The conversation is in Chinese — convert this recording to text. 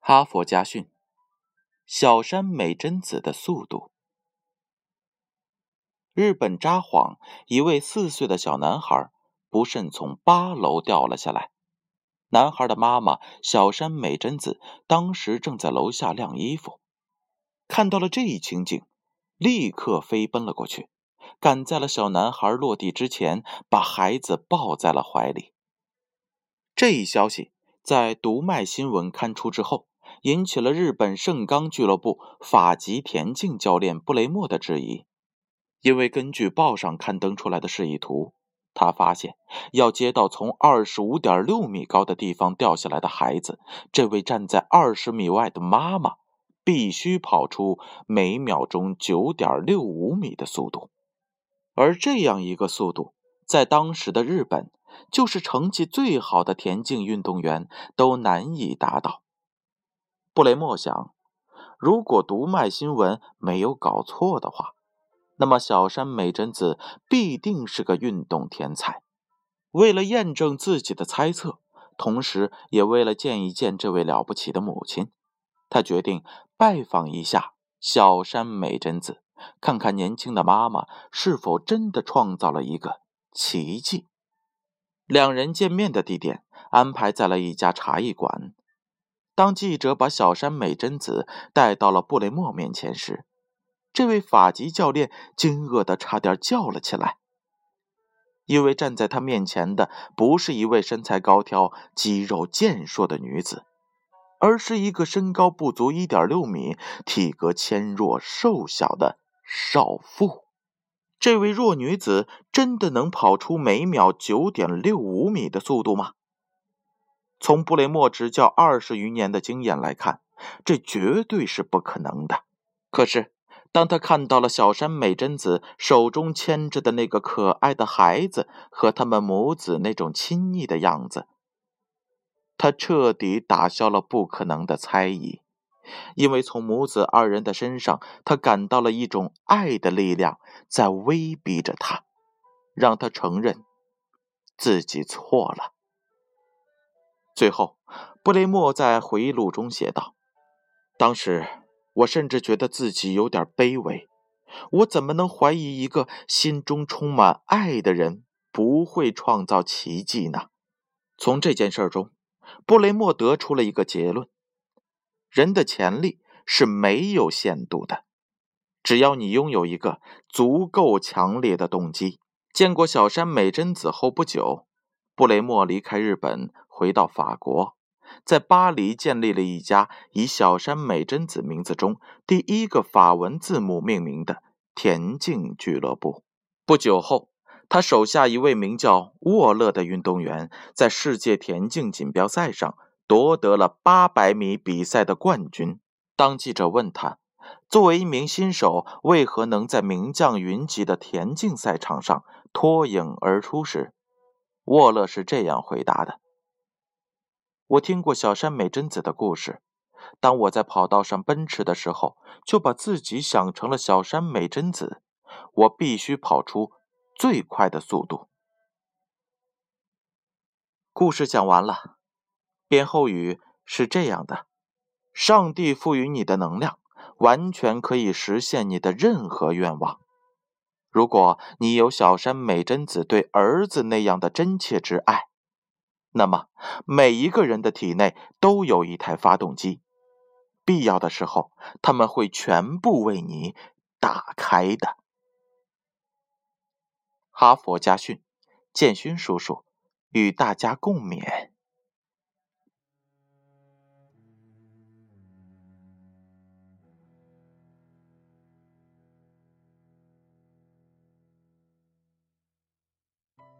哈佛家训：小山美贞子的速度。日本札幌一位4岁的小男孩不慎从8楼掉了下来。男孩的妈妈小山美贞子当时正在楼下晾衣服，看到了这一情景，立刻飞奔了过去，赶在了小男孩落地之前，把孩子抱在了怀里。这一消息在读卖新闻刊出之后，引起了日本盛冈俱乐部法级田径教练布雷默的质疑。因为根据报上刊登出来的示意图，他发现要接到从 25.6 米高的地方掉下来的孩子，这位站在20米外的妈妈必须跑出每秒钟 9.65 米的速度。而这样一个速度，在当时的日本，就是成绩最好的田径运动员都难以达到。布雷默想，如果读卖新闻没有搞错的话，那么小山美贞子必定是个运动天才。为了验证自己的猜测，同时也为了见一见这位了不起的母亲，他决定拜访一下小山美贞子，看看年轻的妈妈是否真的创造了一个奇迹。两人见面的地点安排在了一家茶艺馆。当记者把小山美贞子带到了布雷默面前时，这位法级教练惊愕地差点叫了起来。因为站在他面前的不是一位身材高挑、肌肉健硕的女子，而是一个身高不足 1.6 米、体格纤弱瘦小的少妇。这位弱女子真的能跑出每秒 9.65 米的速度吗？从布雷默执教20余年的经验来看，这绝对是不可能的。可是当他看到了小山美贞子手中牵着的那个可爱的孩子和他们母子那种亲昵的样子，他彻底打消了不可能的猜疑。因为从母子二人的身上，他感到了一种爱的力量在威逼着他，让他承认自己错了。最后，布雷默在回忆录中写道，当时我甚至觉得自己有点卑微，我怎么能怀疑一个心中充满爱的人不会创造奇迹呢？从这件事中，布雷默得出了一个结论：人的潜力是没有限度的，只要你拥有一个足够强烈的动机。见过小山美贞子后不久，布雷默离开日本，回到法国，在巴黎建立了一家以小山美贞子名字中第一个法文字母命名的田径俱乐部。不久后，他手下一位名叫沃勒的运动员在世界田径锦标赛上夺得了800米比赛的冠军。当记者问他，作为一名新手，为何能在名将云集的田径赛场上脱颖而出时，沃勒是这样回答的：我听过小山美贞子的故事，当我在跑道上奔驰的时候，就把自己想成了小山美贞子，我必须跑出最快的速度。故事讲完了，编后语是这样的：上帝赋予你的能量，完全可以实现你的任何愿望。如果你有小山美贞子对儿子那样的真切之爱，那么每一个人的体内都有一台发动机，必要的时候，他们会全部为你打开的。哈佛家训，建勋叔叔与大家共勉。